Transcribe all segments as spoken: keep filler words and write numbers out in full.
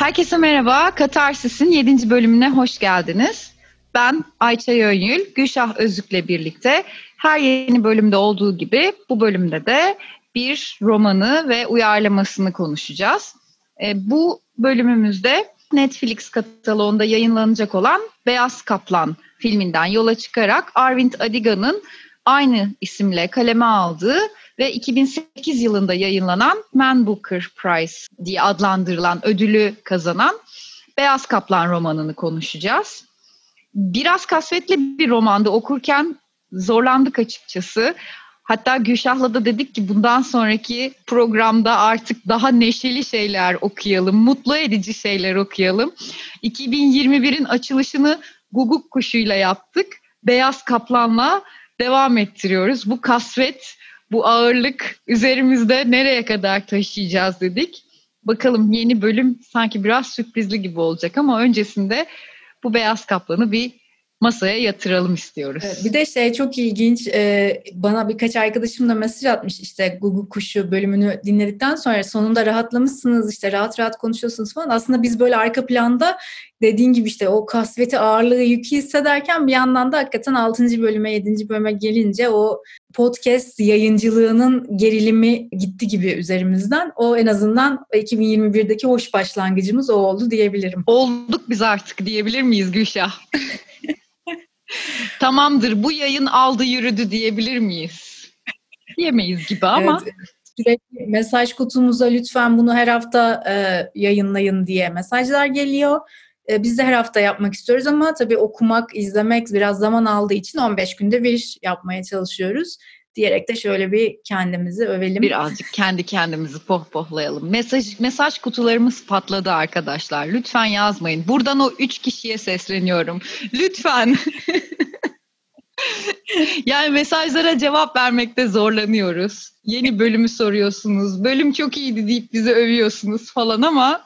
Herkese merhaba. Katarsis'in yedinci bölümüne hoş geldiniz. Ben Ayça Yönyül, Gülşah Özlük'le birlikte her yeni bölümde olduğu gibi bu bölümde de bir romanı ve uyarlamasını konuşacağız. E, bu bölümümüzde Netflix kataloğunda yayınlanacak olan Beyaz Kaplan filminden yola çıkarak Aravind Adiga'nın aynı isimle kaleme aldığı ve iki bin sekiz yılında yayınlanan Man Booker Prize diye adlandırılan ödülü kazanan Beyaz Kaplan romanını konuşacağız. Biraz kasvetli bir romandı, okurken zorlandık açıkçası. Hatta Gülşah'la da dedik ki bundan sonraki programda artık daha neşeli şeyler okuyalım, mutlu edici şeyler okuyalım. iki bin yirmi birin açılışını Guguk Kuşu'yla yaptık. Beyaz Kaplan'la devam ettiriyoruz. Bu kasvet, bu ağırlık üzerimizde nereye kadar taşıyacağız dedik. Bakalım, yeni bölüm sanki biraz sürprizli gibi olacak ama öncesinde bu Beyaz Kaplan'ı bir masaya yatıralım istiyoruz. Bir de şey çok ilginç, bana birkaç arkadaşım da mesaj atmış, işte Guguk Kuşu bölümünü dinledikten sonra sonunda rahatlamışsınız, işte rahat rahat konuşuyorsunuz falan. Aslında biz böyle arka planda dediğin gibi işte o kasveti, ağırlığı, yükü hissederken bir yandan da hakikaten altıncı bölüme, yedinci bölüme gelince o podcast yayıncılığının gerilimi gitti gibi üzerimizden. O en azından iki bin yirmi birdeki hoş başlangıcımız o oldu diyebilirim. Olduk biz artık diyebilir miyiz Gülşah? Tamamdır, bu yayın aldı yürüdü diyebilir miyiz? Diyemeyiz gibi ama. Evet, sürekli mesaj kutumuza lütfen bunu her hafta e, yayınlayın diye mesajlar geliyor. E, biz de her hafta yapmak istiyoruz ama tabii okumak, izlemek biraz zaman aldığı için on beş günde bir yapmaya çalışıyoruz. Diyerek de şöyle bir kendimizi övelim. Birazcık kendi kendimizi pohpohlayalım. Mesaj, mesaj kutularımız patladı arkadaşlar. Lütfen yazmayın. Buradan o üç kişiye sesleniyorum. Lütfen. Yani mesajlara cevap vermekte zorlanıyoruz. Yeni bölümü soruyorsunuz. Bölüm çok iyiydi deyip bizi övüyorsunuz falan ama...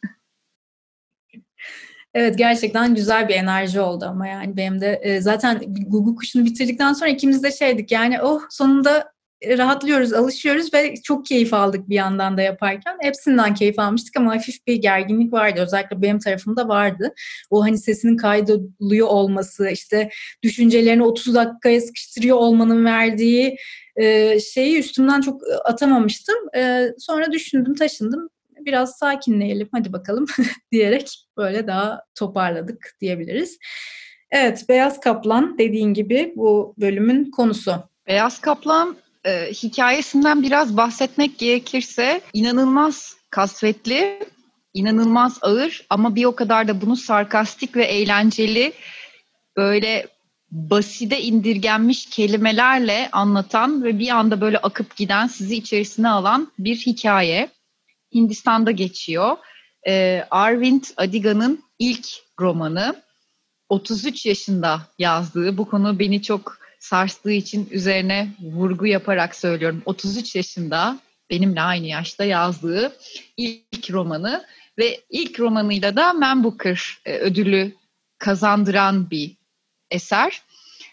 Evet, gerçekten güzel bir enerji oldu ama yani benim de e, zaten Guguk Kuşu'nu bitirdikten sonra ikimiz de şeydik yani oh sonunda rahatlıyoruz, alışıyoruz ve çok keyif aldık bir yandan da yaparken. Hepsinden keyif almıştık ama hafif bir gerginlik vardı. Özellikle benim tarafımda vardı. O hani sesinin kaydoluyor olması, işte düşüncelerini otuz dakikaya sıkıştırıyor olmanın verdiği e, şeyi üstümden çok atamamıştım. E, sonra düşündüm, taşındım. Biraz sakinleyelim hadi bakalım diyerek böyle daha toparladık diyebiliriz. Evet, Beyaz Kaplan dediğin gibi bu bölümün konusu. Beyaz Kaplan e, hikayesinden biraz bahsetmek gerekirse inanılmaz kasvetli, inanılmaz ağır ama bir o kadar da bunu sarkastik ve eğlenceli, böyle basite indirgenmiş kelimelerle anlatan ve bir anda böyle akıp giden, sizi içerisine alan bir hikaye. Hindistan'da geçiyor. Ee, Aravind Adiga'nın ilk romanı. otuz üç yaşında yazdığı, bu konu beni çok sarstığı için üzerine vurgu yaparak söylüyorum. otuz üç yaşında, benimle aynı yaşta yazdığı ilk romanı ve ilk romanıyla da Man Booker ödülü kazandıran bir eser.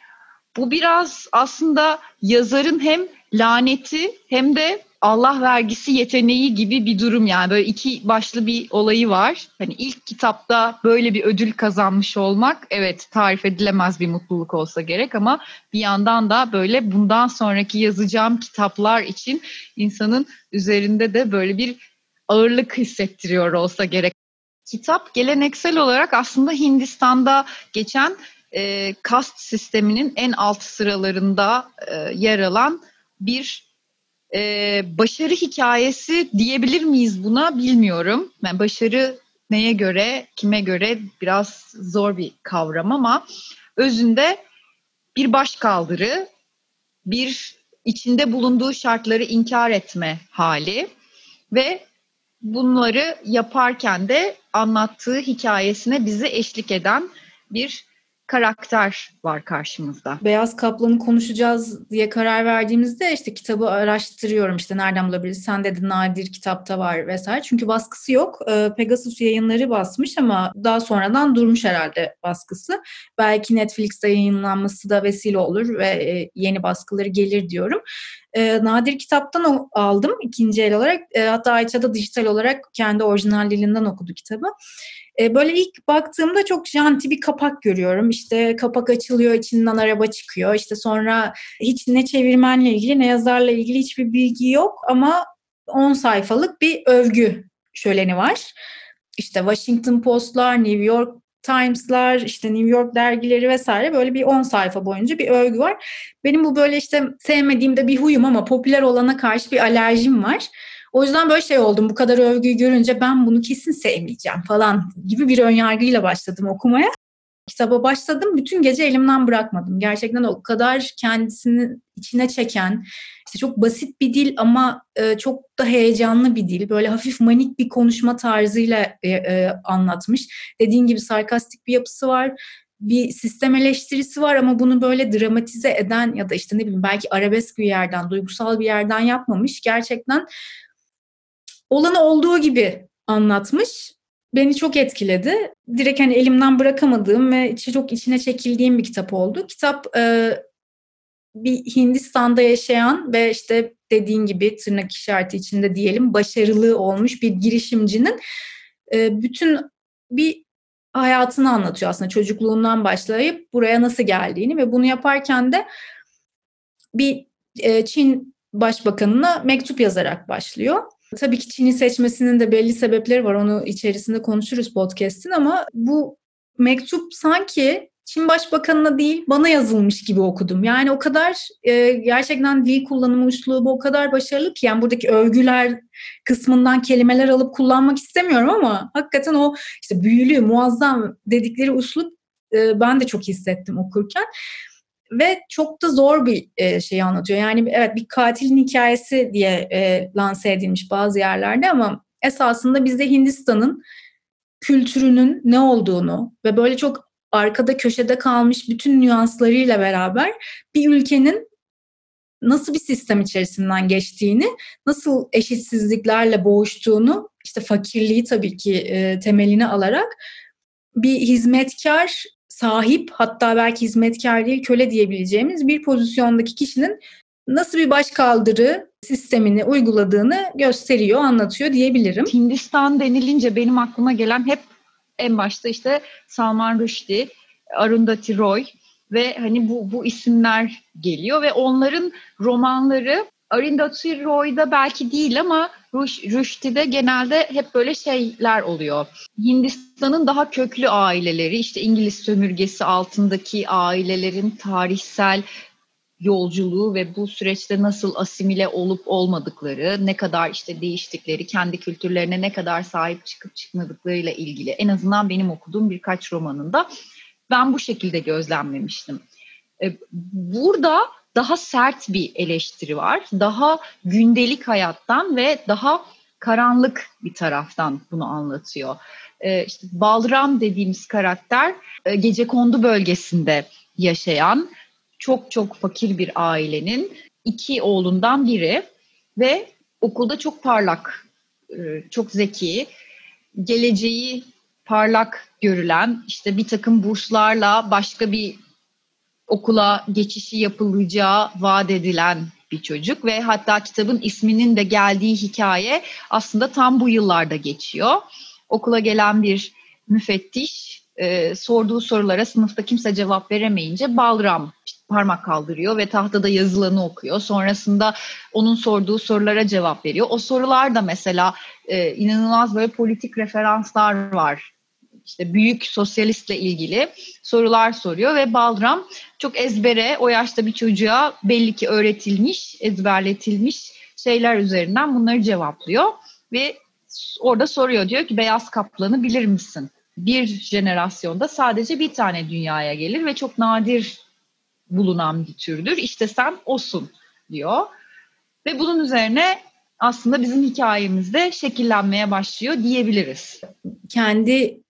Bu biraz aslında yazarın hem laneti hem de Allah vergisi yeteneği gibi bir durum, yani böyle iki başlı bir olayı var. Hani ilk kitapta böyle bir ödül kazanmış olmak, evet, tarif edilemez bir mutluluk olsa gerek ama bir yandan da böyle bundan sonraki yazacağım kitaplar için insanın üzerinde de böyle bir ağırlık hissettiriyor olsa gerek. Kitap geleneksel olarak aslında Hindistan'da geçen e, kast sisteminin en alt sıralarında e, yer alan bir e, başarı hikayesi diyebilir miyiz buna, bilmiyorum. Yani başarı neye göre, kime göre biraz zor bir kavram ama özünde bir başkaldırı, bir içinde bulunduğu şartları inkar etme hali ve bunları yaparken de anlattığı hikayesine bize eşlik eden bir karakter var karşımızda. Beyaz Kaplan'ı konuşacağız diye karar verdiğimizde işte kitabı araştırıyorum, işte nereden bulabiliriz? Sen dedin nadir kitapta var vesaire. Çünkü baskısı yok. Pegasus Yayınları basmış ama daha sonradan durmuş herhalde baskısı. Belki Netflix'te yayınlanması da vesile olur ve yeni baskıları gelir diyorum. Nadir kitaptan aldım ikinci el olarak. Hatta Ayça da dijital olarak kendi orijinal dilinden okudu kitabı. Böyle ilk baktığımda çok janti bir kapak görüyorum. İşte kapak açılıyor, içinden araba çıkıyor. İşte sonra hiç ne çevirmenle ilgili ne yazarla ilgili hiçbir bilgi yok ama on sayfalık bir övgü şöleni var. İşte Washington Post'lar, New York Times'lar, işte New York dergileri vesaire, böyle bir on sayfa boyunca bir övgü var. Benim bu böyle işte sevmediğim de bir huyum ama popüler olana karşı bir alerjim var. O yüzden böyle şey oldum, bu kadar övgüyü görünce ben bunu kesin sevmeyeceğim falan gibi bir önyargıyla başladım okumaya. Kitaba başladım, bütün gece elimden bırakmadım. Gerçekten o kadar kendisini içine çeken, işte çok basit bir dil ama e, çok da heyecanlı bir dil. Böyle hafif manik bir konuşma tarzıyla e, e, anlatmış. Dediğin gibi sarkastik bir yapısı var. Bir sistem eleştirisi var ama bunu böyle dramatize eden ya da işte ne bileyim belki arabesk bir yerden, duygusal bir yerden yapmamış. Gerçekten olanı olduğu gibi anlatmış. Beni çok etkiledi. Direkt hani elimden bırakamadığım ve çok içine çekildiğim bir kitap oldu. Kitap e, bir Hindistan'da yaşayan ve işte dediğin gibi tırnak işareti içinde diyelim başarılı olmuş bir girişimcinin e, bütün bir hayatını anlatıyor aslında. Çocukluğundan başlayıp buraya nasıl geldiğini ve bunu yaparken de bir e, Çin başbakanına mektup yazarak başlıyor. Tabii ki Çin'i seçmesinin de belli sebepleri var. Onu içerisinde konuşuruz podcast'in ama bu mektup sanki Çin Başbakanı'na değil bana yazılmış gibi okudum. Yani o kadar e, gerçekten dil kullanımı üslubu o kadar başarılı ki, yani buradaki övgüler kısmından kelimeler alıp kullanmak istemiyorum ama hakikaten o işte büyülü, muazzam dedikleri üslup e, ben de çok hissettim okurken. Ve çok da zor bir e, şeyi anlatıyor. Yani evet, bir katilin hikayesi diye e, lanse edilmiş bazı yerlerde ama esasında bizde Hindistan'ın kültürünün ne olduğunu ve böyle çok arkada köşede kalmış bütün nüanslarıyla beraber bir ülkenin nasıl bir sistem içerisinden geçtiğini, nasıl eşitsizliklerle boğuştuğunu, işte fakirliği tabii ki e, temelini alarak bir hizmetkar, sahip, hatta belki hizmetkar değil köle diyebileceğimiz bir pozisyondaki kişinin nasıl bir başkaldırı sistemini uyguladığını gösteriyor, anlatıyor diyebilirim. Hindistan denilince benim aklıma gelen hep en başta işte Salman Rushdie, Arundhati Roy ve hani bu bu isimler geliyor ve onların romanları Arundhati Roy'da belki değil ama Rushdie'de genelde hep böyle şeyler oluyor. Hindistan'ın daha köklü aileleri, işte İngiliz sömürgesi altındaki ailelerin tarihsel yolculuğu ve bu süreçte nasıl asimile olup olmadıkları, ne kadar işte değiştikleri, kendi kültürlerine ne kadar sahip çıkıp çıkmadıklarıyla ilgili en azından benim okuduğum birkaç romanında ben bu şekilde gözlemlemiştim. Burada daha sert bir eleştiri var. Daha gündelik hayattan ve daha karanlık bir taraftan bunu anlatıyor. İşte Balram dediğimiz karakter Gecekondu bölgesinde yaşayan çok çok fakir bir ailenin iki oğlundan biri ve okulda çok parlak, çok zeki, geleceği parlak görülen, işte bir takım burslarla başka bir okula geçişi yapılacağı vaat edilen bir çocuk ve hatta kitabın isminin de geldiği hikaye aslında tam bu yıllarda geçiyor. Okula gelen bir müfettiş e, sorduğu sorulara sınıfta kimse cevap veremeyince Balram parmak kaldırıyor ve tahtada yazılanı okuyor. Sonrasında onun sorduğu sorulara cevap veriyor. O sorular da mesela e, inanılmaz böyle politik referanslar var. İşte büyük sosyalistle ilgili sorular soruyor ve Balram çok ezbere o yaşta bir çocuğa belli ki öğretilmiş, ezberletilmiş şeyler üzerinden bunları cevaplıyor ve orada soruyor, diyor ki beyaz kaplanı bilir misin? Bir jenerasyonda sadece bir tane dünyaya gelir ve çok nadir bulunan bir türdür. İşte sen osun diyor. Ve bunun üzerine aslında bizim hikayemizde şekillenmeye başlıyor diyebiliriz. Kendi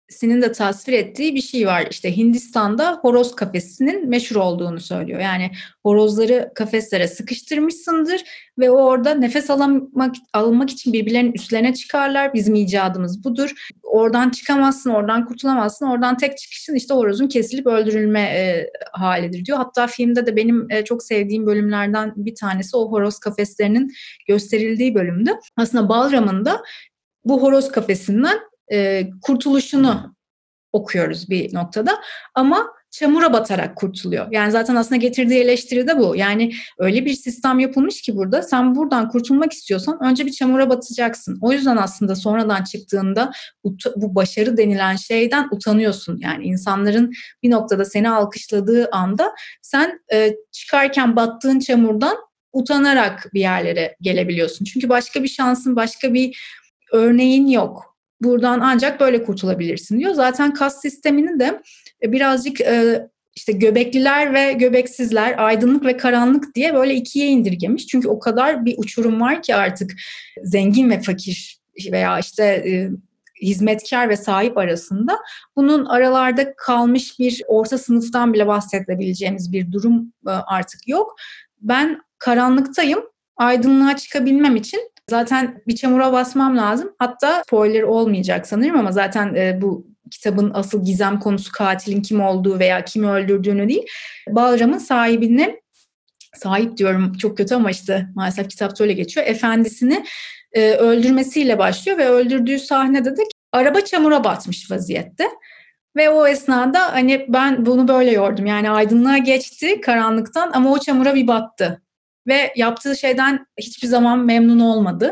sinin de tasvir ettiği bir şey var. İşte Hindistan'da horoz kafesinin meşhur olduğunu söylüyor. Yani horozları kafeslere sıkıştırmışsındır ve o orada nefes alamak, almak için birbirlerinin üstlerine çıkarlar. Bizim icadımız budur. Oradan çıkamazsın, oradan kurtulamazsın. Oradan tek çıkışın işte horozun kesilip öldürülme e, halidir diyor. Hatta filmde de benim e, çok sevdiğim bölümlerden bir tanesi o horoz kafeslerinin gösterildiği bölümdü. Aslında Balram'ın da bu horoz kafesinden e, kurtuluşunu okuyoruz bir noktada ama çamura batarak kurtuluyor. Yani zaten aslında getirdiği eleştiri de bu. Yani öyle bir sistem yapılmış ki burada sen buradan kurtulmak istiyorsan önce bir çamura batacaksın. O yüzden aslında sonradan çıktığında bu başarı denilen şeyden utanıyorsun. Yani insanların bir noktada seni alkışladığı anda sen e, çıkarken battığın çamurdan utanarak bir yerlere gelebiliyorsun. Çünkü başka bir şansın, başka bir örneğin yok. Buradan ancak böyle kurtulabilirsin diyor. Zaten kas sistemini de birazcık işte göbekliler ve göbeksizler, aydınlık ve karanlık diye böyle ikiye indirgemiş. Çünkü o kadar bir uçurum var ki artık zengin ve fakir veya işte hizmetkar ve sahip arasında. Bunun aralarda kalmış bir orta sınıftan bile bahsedebileceğimiz bir durum artık yok. Ben karanlıktayım. Aydınlığa çıkabilmem için zaten bir çamura basmam lazım. Hatta spoiler olmayacak sanırım ama zaten e, bu kitabın asıl gizem konusu katilin kim olduğu veya kimi öldürdüğünü değil. Balram'ın sahibini, sahip diyorum çok kötü ama işte maalesef kitapta öyle geçiyor. Efendisini e, öldürmesiyle başlıyor ve öldürdüğü sahnede de araba çamura batmış vaziyette. Ve o esnada hani ben bunu böyle yordum. Yani aydınlığa geçti karanlıktan ama o çamura bir battı. Ve yaptığı şeyden hiçbir zaman memnun olmadı.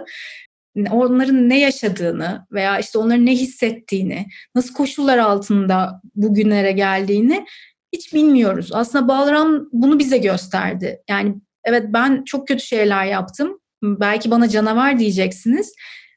Onların ne yaşadığını veya işte onların ne hissettiğini, nasıl koşullar altında bugünlere geldiğini hiç bilmiyoruz. Aslında Balram bunu bize gösterdi. Yani evet ben çok kötü şeyler yaptım. Belki bana canavar diyeceksiniz.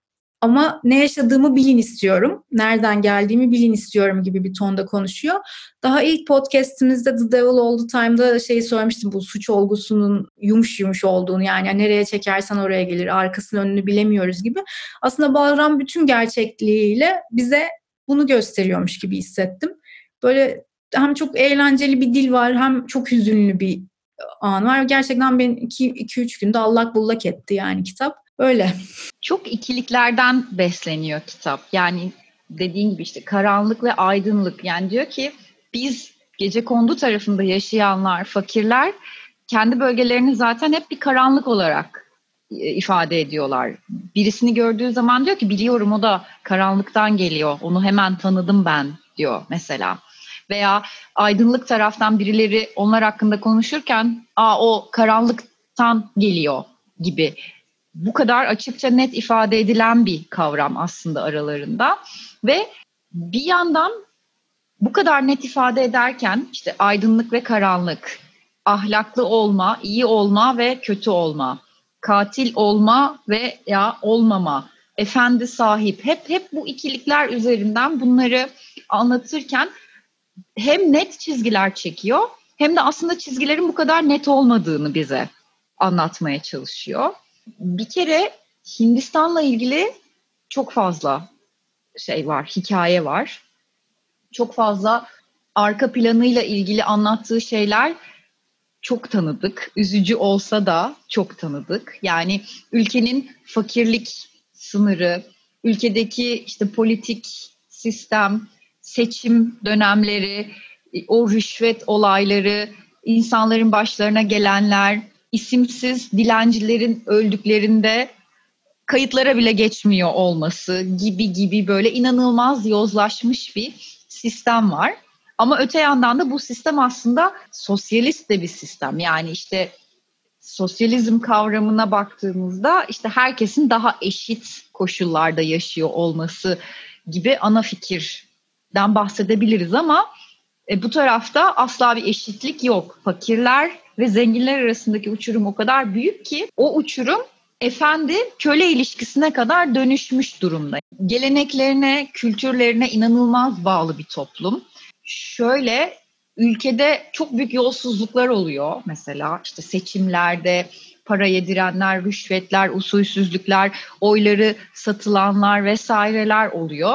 Ama ne yaşadığımı bilin istiyorum, nereden geldiğimi bilin istiyorum gibi bir tonda konuşuyor. Daha ilk podcastimizde The Devil All The Time'da şeyi söylemiştim, bu suç olgusunun yumuş yumuş olduğunu, yani nereye çekersen oraya gelir, arkasının önünü bilemiyoruz gibi. Aslında Balram bütün gerçekliğiyle bize bunu gösteriyormuş gibi hissettim. Böyle hem çok eğlenceli bir dil var, hem çok hüzünlü bir an var. Gerçekten beni iki üç günde allak bullak etti yani kitap. Öyle. Çok ikiliklerden besleniyor kitap. Yani dediğin gibi işte karanlık ve aydınlık. Yani diyor ki biz gecekondu tarafında yaşayanlar, fakirler kendi bölgelerini zaten hep bir karanlık olarak ifade ediyorlar. Birisini gördüğü zaman diyor ki biliyorum o da karanlıktan geliyor. Onu hemen tanıdım ben diyor mesela. Veya aydınlık taraftan birileri onlar hakkında konuşurken aa o karanlıktan geliyor gibi. Bu kadar açıkça net ifade edilen bir kavram aslında aralarında ve bir yandan bu kadar net ifade ederken işte aydınlık ve karanlık, ahlaklı olma, iyi olma ve kötü olma, katil olma ve ya olmama, efendi sahip, hep hep bu ikilikler üzerinden bunları anlatırken hem net çizgiler çekiyor hem de aslında çizgilerin bu kadar net olmadığını bize anlatmaya çalışıyor. Bir kere Hindistan'la ilgili çok fazla şey var, hikaye var. Çok fazla arka planıyla ilgili anlattığı şeyler çok tanıdık. Üzücü olsa da çok tanıdık. Yani ülkenin fakirlik sınırı, ülkedeki işte politik sistem, seçim dönemleri, o rüşvet olayları, insanların başlarına gelenler, isimsiz dilencilerin öldüklerinde kayıtlara bile geçmiyor olması gibi gibi böyle inanılmaz yozlaşmış bir sistem var. Ama öte yandan da bu sistem aslında sosyalist de bir sistem. Yani işte sosyalizm kavramına baktığımızda işte herkesin daha eşit koşullarda yaşıyor olması gibi ana fikirden bahsedebiliriz ama e, bu tarafta asla bir eşitlik yok. Fakirler ve zenginler arasındaki uçurum o kadar büyük ki o uçurum efendi köle ilişkisine kadar dönüşmüş durumda. Geleneklerine, kültürlerine inanılmaz bağlı bir toplum. Şöyle ülkede çok büyük yolsuzluklar oluyor mesela işte seçimlerde para yedirenler, rüşvetler, usulsüzlükler, oyları satılanlar vesaireler oluyor.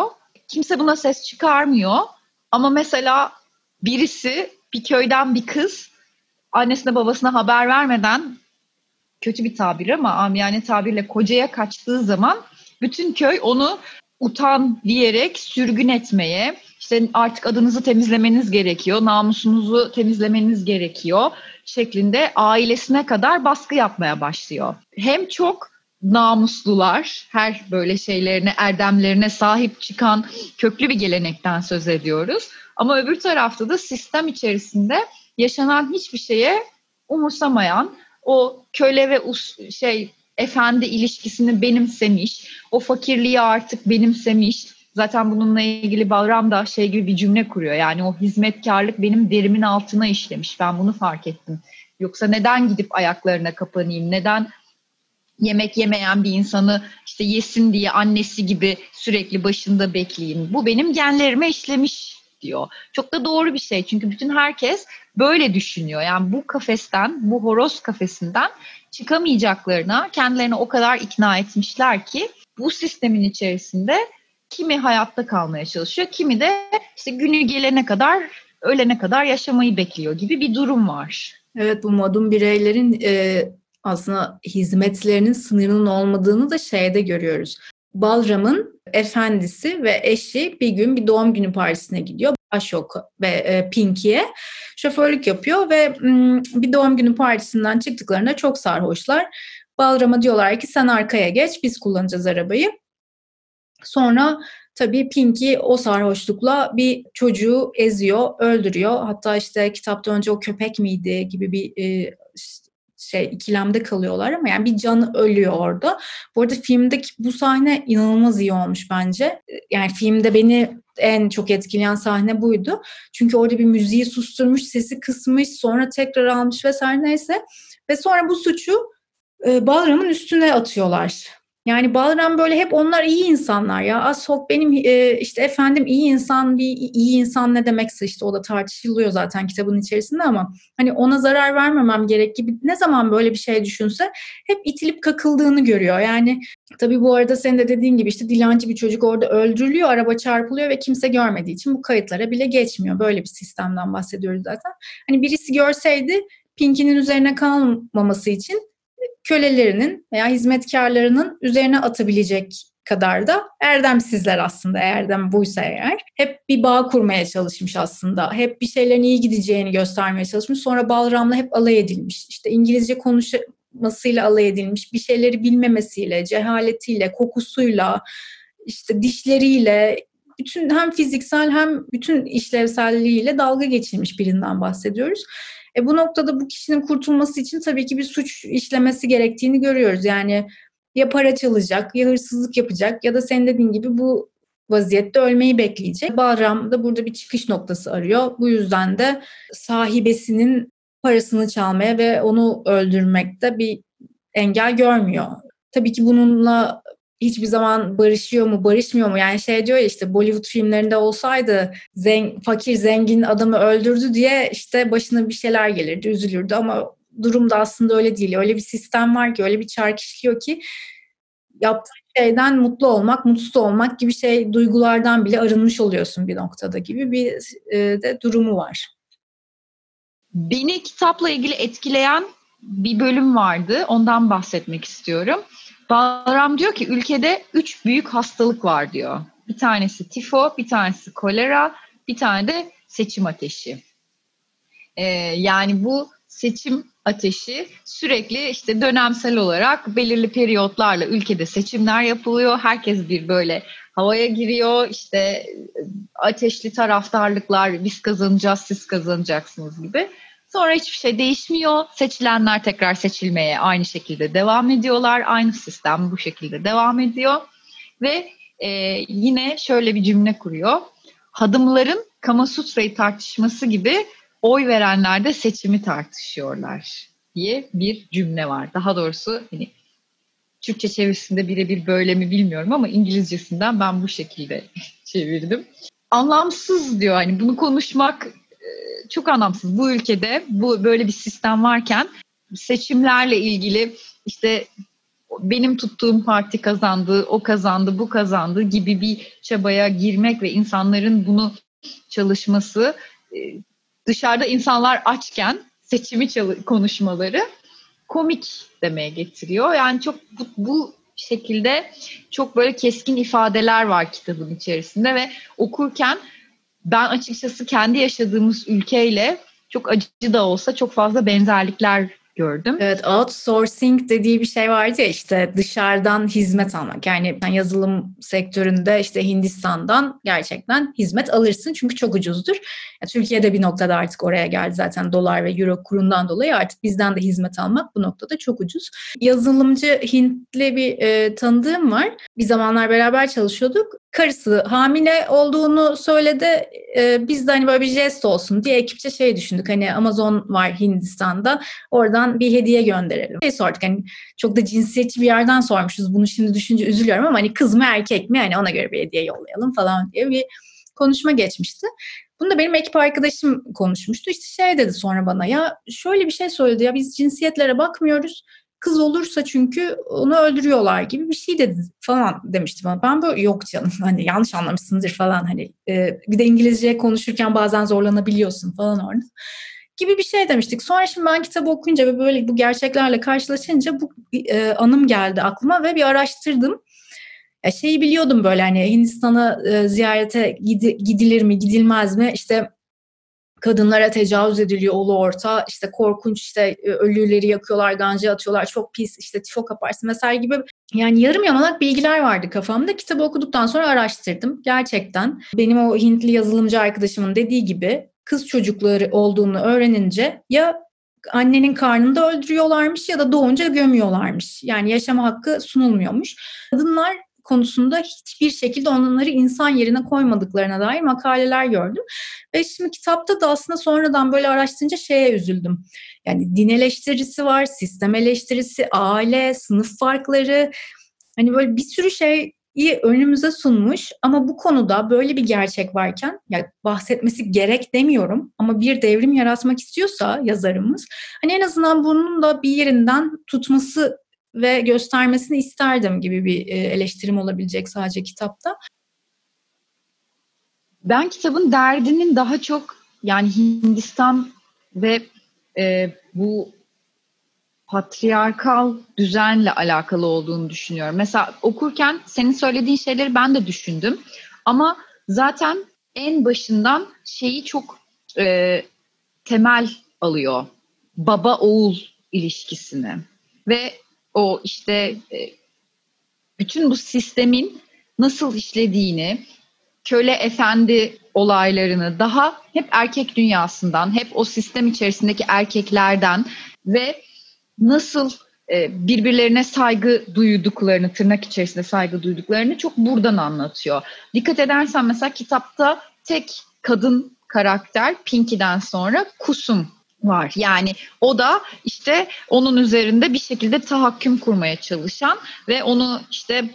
Kimse buna ses çıkarmıyor. Ama mesela birisi, bir köyden bir kız annesine babasına haber vermeden, kötü bir tabir ama amiyane tabirle, kocaya kaçtığı zaman bütün köy onu utan diyerek sürgün etmeye, işte artık adınızı temizlemeniz gerekiyor, namusunuzu temizlemeniz gerekiyor şeklinde ailesine kadar baskı yapmaya başlıyor. Hem çok namuslular, her böyle şeylerine, erdemlerine sahip çıkan köklü bir gelenekten söz ediyoruz. Ama öbür tarafta da sistem içerisinde yaşanan hiçbir şeye umursamayan, o köle ve us, şey efendi ilişkisini benimsemiş, o fakirliği artık benimsemiş. Zaten bununla ilgili Balram da şey gibi bir cümle kuruyor. Yani o hizmetkarlık benim derimin altına işlemiş. Ben bunu fark ettim. Yoksa neden gidip ayaklarına kapanayım? Neden yemek yemeyen bir insanı işte yesin diye annesi gibi sürekli başında bekleyeyim? Bu benim genlerime işlemiş diyor. Çok da doğru bir şey. Çünkü bütün herkes böyle düşünüyor. Yani bu kafesten, bu horoz kafesinden çıkamayacaklarına kendilerini o kadar ikna etmişler ki bu sistemin içerisinde kimi hayatta kalmaya çalışıyor, kimi de işte günü gelene kadar, ölene kadar yaşamayı bekliyor gibi bir durum var. Evet, bu modun bireylerin e, aslında hizmetlerinin sınırının olmadığını da şeyde görüyoruz. Balram'ın efendisi ve eşi bir gün bir doğum günü partisine gidiyor. Ashok ve e, Pinky'ye şoförlük yapıyor ve m, bir doğum günü partisinden çıktıklarında çok sarhoşlar. Balram'a diyorlar ki sen arkaya geç, biz kullanacağız arabayı. Sonra tabii Pinky o sarhoşlukla bir çocuğu eziyor, öldürüyor. Hatta işte kitapta önce o köpek miydi gibi bir e, şey ikilemde kalıyorlar ama yani bir can ölüyor orada. Bu arada filmdeki bu sahne inanılmaz iyi olmuş bence. Yani filmde beni en çok etkileyen sahne buydu. Çünkü orada bir müziği susturmuş, sesi kısmış, sonra tekrar almış vesaire neyse. Ve sonra bu suçu e, Balram'ın üstüne atıyorlar. Yani Balram böyle hep onlar iyi insanlar ya. Ashok benim e, işte efendim iyi insan, bir iyi insan ne demekse işte o da tartışılıyor zaten kitabın içerisinde ama hani ona zarar vermemem gerek gibi ne zaman böyle bir şey düşünse hep itilip kakıldığını görüyor. Yani tabii bu arada senin de dediğin gibi işte dilenci bir çocuk orada öldürülüyor, araba çarpılıyor ve kimse görmediği için bu kayıtlara bile geçmiyor. Böyle bir sistemden bahsediyoruz zaten. Hani birisi görseydi Pinky'nin üzerine kalmaması için kölelerinin veya hizmetkarlarının üzerine atabilecek kadar da erdemsizler aslında, erdem buysa eğer. Hep bir bağ kurmaya çalışmış aslında. Hep bir şeylerin iyi gideceğini göstermeye çalışmış. Sonra Balram'la hep alay edilmiş. İşte İngilizce konuşmasıyla alay edilmiş. Bir şeyleri bilmemesiyle, cehaletiyle, kokusuyla, işte dişleriyle, bütün hem fiziksel hem bütün işlevselliğiyle dalga geçilmiş birinden bahsediyoruz. E bu noktada bu kişinin kurtulması için tabii ki bir suç işlemesi gerektiğini görüyoruz. Yani ya para çalacak, ya hırsızlık yapacak ya da senin dediğin gibi bu vaziyette ölmeyi bekleyecek. Balram da burada bir çıkış noktası arıyor. Bu yüzden de sahibesinin parasını çalmaya ve onu öldürmekte bir engel görmüyor. Tabii ki bununla hiçbir zaman barışıyor mu, barışmıyor mu? Yani şey diyor ya işte Bollywood filmlerinde olsaydı zen, fakir zengin adamı öldürdü diye işte başına bir şeyler gelirdi, üzülürdü ama durum da aslında öyle değil. Öyle bir sistem var ki, öyle bir çark işliyor ki yaptığı şeyden mutlu olmak, mutsuz olmak gibi şey duygulardan bile arınmış oluyorsun bir noktada gibi bir e, de durumu var. Beni kitapla ilgili etkileyen bir bölüm vardı. Ondan bahsetmek istiyorum. Balram diyor ki ülkede üç büyük hastalık var diyor. Bir tanesi tifo, bir tanesi kolera, bir tane de seçim ateşi. Ee, yani bu seçim ateşi sürekli işte dönemsel olarak belirli periyotlarla ülkede seçimler yapılıyor. Herkes bir böyle havaya giriyor. İşte ateşli taraftarlıklar, biz kazanacağız, siz kazanacaksınız gibi. Sonra hiçbir şey değişmiyor. Seçilenler tekrar seçilmeye aynı şekilde devam ediyorlar. Aynı sistem bu şekilde devam ediyor. Ve e, yine şöyle bir cümle kuruyor. Hadımların Kamasutra'yı tartışması gibi oy verenler de seçimi tartışıyorlar diye bir cümle var. Daha doğrusu hani Türkçe çevirisinde birebir böyle mi bilmiyorum ama İngilizcesinden ben bu şekilde çevirdim. Anlamsız diyor, hani bunu konuşmak çok anlamsız. Bu ülkede bu böyle bir sistem varken seçimlerle ilgili işte benim tuttuğum parti kazandı, o kazandı, bu kazandı gibi bir çabaya girmek ve insanların bunu çalışması, dışarıda insanlar açken seçimi çalı- konuşmaları komik demeye getiriyor. Yani çok bu, bu şekilde çok böyle keskin ifadeler var kitabın içerisinde ve okurken ben açıkçası kendi yaşadığımız ülkeyle çok acı da olsa çok fazla benzerlikler gördüm. Evet, outsourcing dediği bir şey vardı ya, işte dışarıdan hizmet almak. Yani yazılım sektöründe işte Hindistan'dan gerçekten hizmet alırsın çünkü çok ucuzdur. Yani Türkiye'de bir noktada artık oraya geldi zaten, dolar ve euro kurundan dolayı artık bizden de hizmet almak bu noktada çok ucuz. Yazılımcı Hintli bir e, tanıdığım var. Bir zamanlar beraber çalışıyorduk. Karısı hamile olduğunu söyledi. Ee, biz de hani böyle bir jest olsun diye ekipçe şey düşündük. Hani Amazon var Hindistan'da. Oradan bir hediye gönderelim. Şey sorduk, hani çok da cinsiyetçi bir yerden sormuşuz. Bunu şimdi düşünce üzülüyorum ama hani kız mı erkek mi? Hani ona göre bir hediye yollayalım falan diye bir konuşma geçmişti. Bunu da benim ekip arkadaşım konuşmuştu. İşte şey dedi sonra bana, ya şöyle bir şey söyledi, ya biz cinsiyetlere bakmıyoruz. Kız olursa çünkü onu öldürüyorlar gibi bir şey dedi falan demişti bana. Ben böyle yok canım, hani yanlış anlamışsındır falan, hani e, bir de İngilizce konuşurken bazen zorlanabiliyorsun falan orada gibi bir şey demiştik. Sonra şimdi ben kitabı okuyunca ve böyle bu gerçeklerle karşılaşınca bu e, anım geldi aklıma ve bir araştırdım. Ya şeyi biliyordum böyle, hani Hindistan'a e, ziyarete gidi, gidilir mi gidilmez mi, işte kadınlara tecavüz ediliyor ulu orta, işte korkunç, işte ölüleri yakıyorlar, ganca atıyorlar, çok pis, işte çok yaparsın vesaire gibi, yani yarım yamalak bilgiler vardı kafamda. Kitabı okuduktan sonra araştırdım. Gerçekten benim o Hintli yazılımcı arkadaşımın dediği gibi kız çocukları olduğunu öğrenince ya annenin karnında öldürüyorlarmış ya da doğunca gömüyorlarmış. Yani yaşama hakkı sunulmuyormuş. Kadınlar konusunda hiçbir şekilde onları insan yerine koymadıklarına dair makaleler gördüm. Ve şimdi kitapta da aslında sonradan böyle araştırınca şeye üzüldüm. Yani din eleştirisi var, sistem eleştirisi, aile, sınıf farkları. Hani böyle bir sürü şeyi önümüze sunmuş ama bu konuda böyle bir gerçek varken, ya bahsetmesi gerek demiyorum ama bir devrim yaratmak istiyorsa yazarımız, hani en azından bunun da bir yerinden tutması ve göstermesini isterdim gibi bir eleştirim olabilecek sadece kitapta. Ben kitabın derdinin daha çok yani Hindistan ve e, bu patriarkal düzenle alakalı olduğunu düşünüyorum. Mesela okurken senin söylediğin şeyleri ben de düşündüm. Ama zaten en başından şeyi çok e, temel alıyor. Baba oğul ilişkisini. Ve o işte e, bütün bu sistemin nasıl işlediğini, köle efendi olaylarını daha hep erkek dünyasından, hep o sistem içerisindeki erkeklerden ve nasıl e, birbirlerine saygı duyduklarını, tırnak içerisinde saygı duyduklarını çok buradan anlatıyor. Dikkat edersen mesela kitapta tek kadın karakter Pinky'den sonra Kusum var. Yani o da işte onun üzerinde bir şekilde tahakküm kurmaya çalışan ve onu işte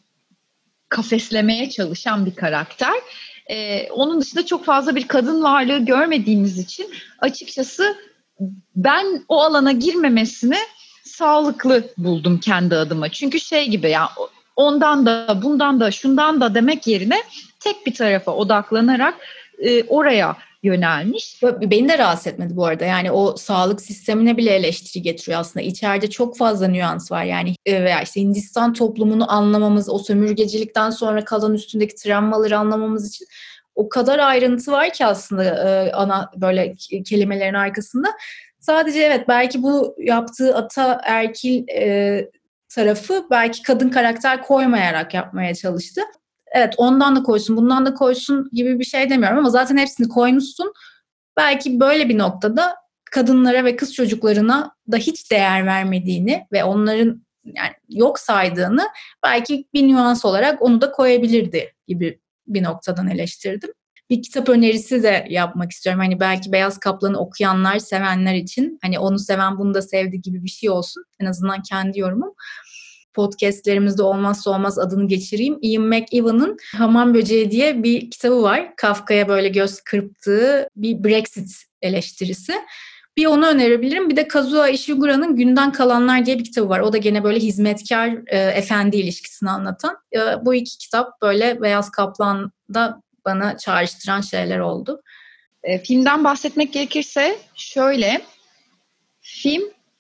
kafeslemeye çalışan bir karakter. Ee, onun dışında çok fazla bir kadın varlığı görmediğimiz için açıkçası ben o alana girmemesini sağlıklı buldum kendi adıma. Çünkü şey gibi ya, ondan da bundan da şundan da demek yerine tek bir tarafa odaklanarak e, oraya yönelmiş. Beni de rahatsız etmedi bu arada. Yani o sağlık sistemine bile eleştiri getiriyor aslında. İçeride çok fazla nüans var. Yani veya işte Hindistan toplumunu anlamamız, o sömürgecilikten sonra kalan üstündeki travmaları anlamamız için o kadar ayrıntı var ki aslında e, ana böyle kelimelerin arkasında. Sadece evet, belki bu yaptığı ataerkil e, tarafı belki kadın karakter koymayarak yapmaya çalıştı. Evet, ondan da koysun, bundan da koysun gibi bir şey demiyorum ama zaten hepsini koymuşsun. Belki böyle bir noktada kadınlara ve kız çocuklarına da hiç değer vermediğini ve onların yani yok saydığını belki bir nüans olarak onu da koyabilirdi gibi bir noktadan eleştirdim. Bir kitap önerisi de yapmak istiyorum. Hani belki Beyaz Kaplan'ı okuyanlar, sevenler için, hani onu seven bunu da sevdi gibi bir şey olsun. En azından kendi yorumum. Podcastlerimizde olmazsa olmaz adını geçireyim. Ian McEwan'ın Hamam Böceği diye bir kitabı var. Kafka'ya böyle göz kırptığı bir Brexit eleştirisi. Bir onu önerebilirim. Bir de Kazuo Ishigura'nın Günden Kalanlar diye bir kitabı var. O da gene böyle hizmetkar e, efendi ilişkisini anlatan. E, bu iki kitap böyle Beyaz Kaplan'da bana çağrıştıran şeyler oldu. E, filmden bahsetmek gerekirse şöyle, film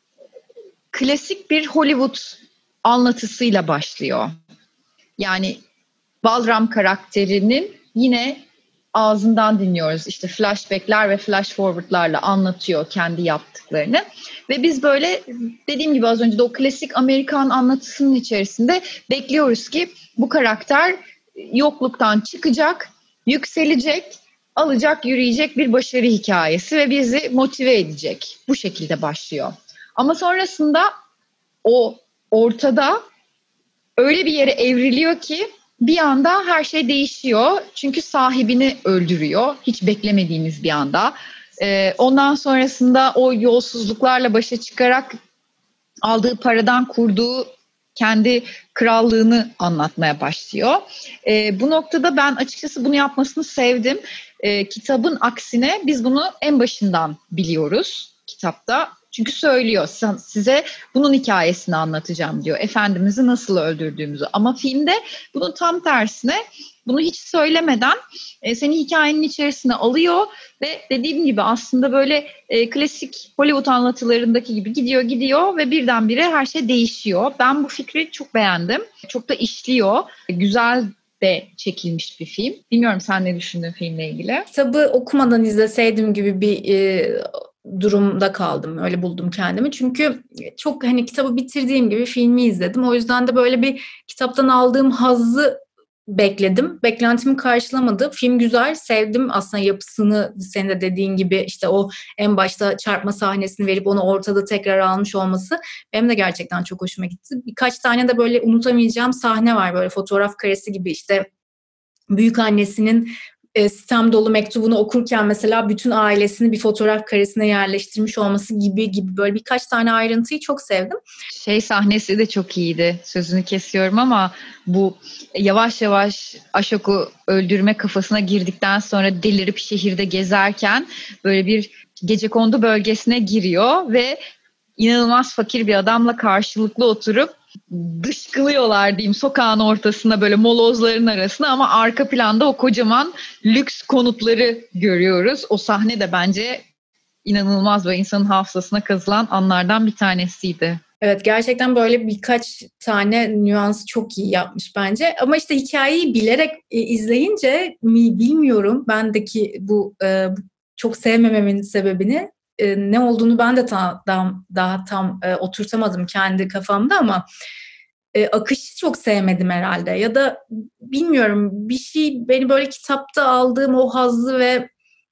klasik bir Hollywood anlatısıyla başlıyor. Yani Balram karakterinin yine ağzından dinliyoruz. İşte flashbackler ve flash forwardlarla anlatıyor kendi yaptıklarını. Ve biz böyle dediğim gibi az önce de o klasik Amerikan anlatısının içerisinde bekliyoruz ki bu karakter yokluktan çıkacak, yükselecek, alacak, yürüyecek bir başarı hikayesi ve bizi motive edecek. Bu şekilde başlıyor. Ama sonrasında o ortada öyle bir yere evriliyor ki bir anda her şey değişiyor. Çünkü sahibini öldürüyor. Hiç beklemediğimiz bir anda. Ee, ondan sonrasında o yolsuzluklarla başa çıkarak aldığı paradan kurduğu kendi krallığını anlatmaya başlıyor. Ee, bu noktada ben açıkçası bunu yapmasını sevdim. Ee, kitabın aksine biz bunu en başından biliyoruz kitapta. Çünkü söylüyor size bunun hikayesini anlatacağım diyor. Efendimiz'i nasıl öldürdüğümüzü. Ama filmde bunun tam tersine bunu hiç söylemeden e, seni hikayenin içerisine alıyor ve dediğim gibi aslında böyle e, klasik Hollywood anlatılarındaki gibi gidiyor gidiyor ve birdenbire her şey değişiyor. Ben bu fikri çok beğendim. Çok da işliyor. Güzel de çekilmiş bir film. Bilmiyorum sen ne düşündün filmle ilgili? Kitabı okumadan izleseydim gibi bir e, durumda kaldım. Öyle buldum kendimi. Çünkü çok hani kitabı bitirdiğim gibi filmi izledim. O yüzden de böyle bir kitaptan aldığım hazzı bekledim. Beklentimi karşılamadı. Film güzel. Sevdim aslında yapısını, senin de dediğin gibi işte o en başta çarpma sahnesini verip onu ortada tekrar almış olması benim de gerçekten çok hoşuma gitti. Birkaç tane de böyle unutamayacağım sahne var. Böyle fotoğraf karesi gibi işte büyük annesinin e, sitem dolu mektubunu okurken mesela bütün ailesini bir fotoğraf karesine yerleştirmiş olması gibi gibi böyle birkaç tane ayrıntıyı çok sevdim. Şey sahnesi de çok iyiydi. Sözünü kesiyorum ama bu yavaş yavaş Ashok'u öldürme kafasına girdikten sonra delirip şehirde gezerken böyle bir gecekondu bölgesine giriyor ve inanılmaz fakir bir adamla karşılıklı oturup dışkılıyorlar diyeyim sokağın ortasında böyle molozların arasında ama arka planda o kocaman lüks konutları görüyoruz. O sahne de bence inanılmaz ve insanın hafızasına kazılan anlardan bir tanesiydi. Evet gerçekten böyle birkaç tane nüansı çok iyi yapmış bence. Ama işte hikayeyi bilerek e, izleyince mi bilmiyorum bendeki bu e, çok sevmememin sebebini e, ne olduğunu ben de ta, daha, daha tam e, oturtamadım kendi kafamda ama e, akışı çok sevmedim herhalde. Ya da bilmiyorum bir şey beni böyle kitapta aldığım o hazzı ve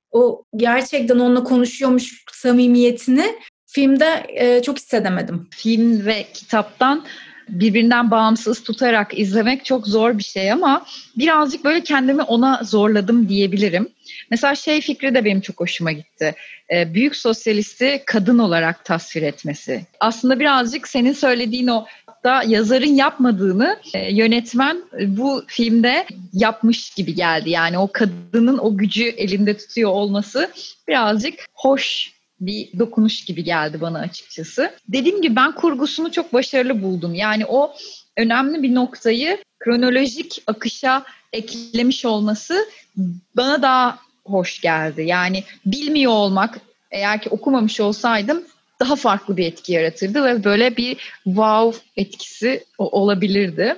o gerçekten onunla konuşuyormuş samimiyetini filmde e, çok hissedemedim. Film ve kitaptan birbirinden bağımsız tutarak izlemek çok zor bir şey ama birazcık böyle kendimi ona zorladım diyebilirim. Mesela şey fikri de benim çok hoşuma gitti. Ee, büyük sosyalisti kadın olarak tasvir etmesi. Aslında birazcık senin söylediğin o da yazarın yapmadığını e, yönetmen bu filmde yapmış gibi geldi. Yani o kadının o gücü elinde tutuyor olması birazcık hoş bir dokunuş gibi geldi bana açıkçası. Dediğim gibi ben kurgusunu çok başarılı buldum. Yani o önemli bir noktayı kronolojik akışa eklemiş olması bana daha hoş geldi. Yani bilmiyor olmak, eğer ki okumamış olsaydım daha farklı bir etki yaratırdı ve böyle bir wow etkisi olabilirdi.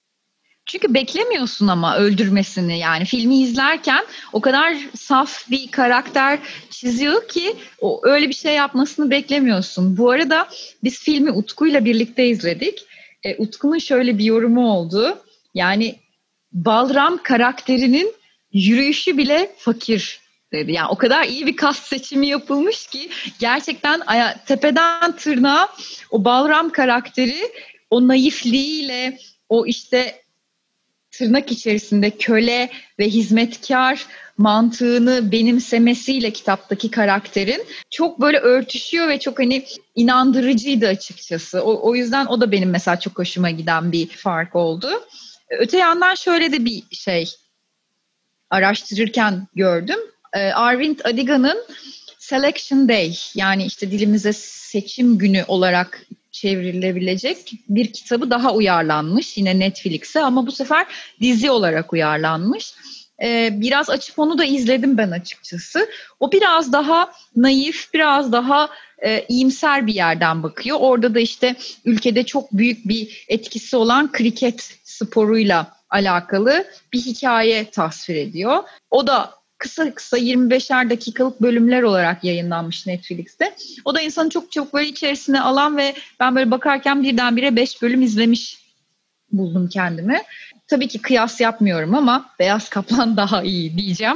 Çünkü beklemiyorsun ama öldürmesini, yani filmi izlerken o kadar saf bir karakter çiziyor ki o öyle bir şey yapmasını beklemiyorsun. Bu arada biz filmi Utku'yla birlikte izledik. E, Utku'nun şöyle bir yorumu oldu. Yani Balram karakterinin yürüyüşü bile fakir dedi. Yani o kadar iyi bir kast seçimi yapılmış ki gerçekten aya- tepeden tırnağa o Balram karakteri o naifliğiyle, o işte tırnak içerisinde köle ve hizmetkar mantığını benimsemesiyle kitaptaki karakterin çok böyle örtüşüyor ve çok hani inandırıcıydı açıkçası. O, o yüzden o da benim mesela çok hoşuma giden bir fark oldu. Öte yandan şöyle de bir şey araştırırken gördüm. Arvind Adiga'nın Selection Day, yani işte dilimize seçim günü olarak çevrilebilecek bir kitabı daha uyarlanmış yine Netflix'e, ama bu sefer dizi olarak uyarlanmış. Ee, biraz açıp onu da izledim ben açıkçası. O biraz daha naif, biraz daha e, iyimser bir yerden bakıyor. Orada da işte ülkede çok büyük bir etkisi olan kriket sporuyla alakalı bir hikaye tasvir ediyor. O da kısa kısa yirmi beşer dakikalık bölümler olarak yayınlanmış Netflix'te. O da insanı çok çok böyle içerisine alan ve ben böyle bakarken birdenbire beş bölüm izlemiş buldum kendimi. Tabii ki kıyas yapmıyorum ama Beyaz Kaplan daha iyi diyeceğim.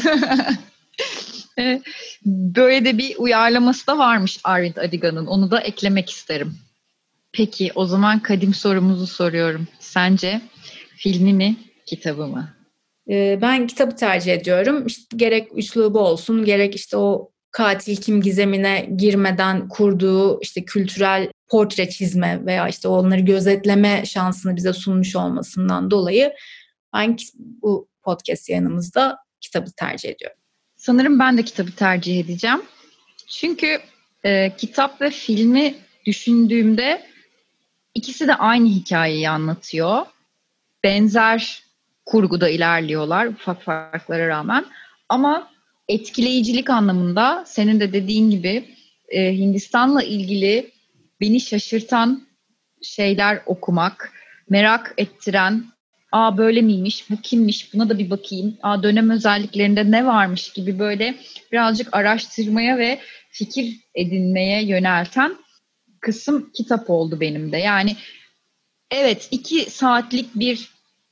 Böyle de bir uyarlaması da varmış Arvind Adigan'ın. Onu da eklemek isterim. Peki o zaman kadim sorumuzu soruyorum. Sence filmi mi, kitabı mı? Ben kitabı tercih ediyorum. İşte gerek üslubu olsun, gerek işte o katil kim gizemine girmeden kurduğu işte kültürel portre çizme veya işte onları gözetleme şansını bize sunmuş olmasından dolayı ben bu podcast yayınımızda kitabı tercih ediyorum. Sanırım ben de kitabı tercih edeceğim. Çünkü e, kitap ve filmi düşündüğümde ikisi de aynı hikayeyi anlatıyor. Benzer kurguda ilerliyorlar ufak farklara rağmen. Ama etkileyicilik anlamında senin de dediğin gibi e, Hindistan'la ilgili beni şaşırtan şeyler okumak, merak ettiren, aa böyle miymiş, bu kimmiş, buna da bir bakayım, aa dönem özelliklerinde ne varmış gibi böyle birazcık araştırmaya ve fikir edinmeye yönelten kısım kitap oldu benim de. Yani evet, iki saatlik bir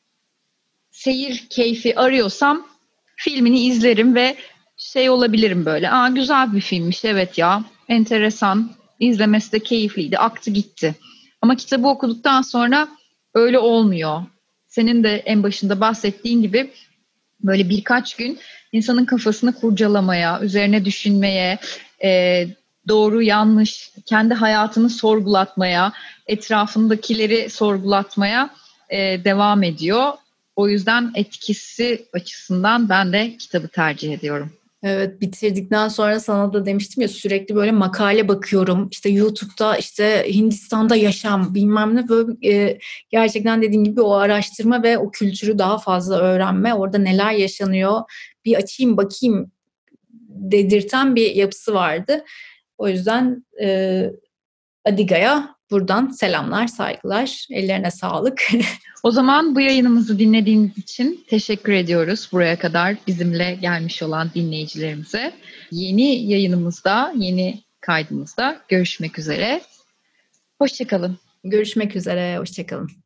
seyir keyfi arıyorsam filmini izlerim ve şey olabilirim böyle. Aa güzel bir filmmiş, evet ya, enteresan, izlemesi de keyifliydi, aktı gitti. Ama kitabı okuduktan sonra öyle olmuyor. Senin de en başında bahsettiğin gibi böyle birkaç gün insanın kafasını kurcalamaya, üzerine düşünmeye, e, doğru yanlış, kendi hayatını sorgulatmaya, etrafındakileri sorgulatmaya e, devam ediyor. O yüzden etkisi açısından ben de kitabı tercih ediyorum. Evet, bitirdikten sonra sana da demiştim ya, sürekli böyle makale bakıyorum. İşte YouTube'da işte Hindistan'da yaşam bilmem ne, böyle e, gerçekten dediğin gibi o araştırma ve o kültürü daha fazla öğrenme, orada neler yaşanıyor bir açayım bakayım dedirten bir yapısı vardı. O yüzden e, Adiga'ya buradan selamlar, saygılar, ellerine sağlık. O zaman bu yayınımızı dinlediğiniz için teşekkür ediyoruz. Buraya kadar bizimle gelmiş olan dinleyicilerimize. Yeni yayınımızda, yeni kaydımızda görüşmek üzere. Hoşça kalın. Görüşmek üzere, hoşça kalın.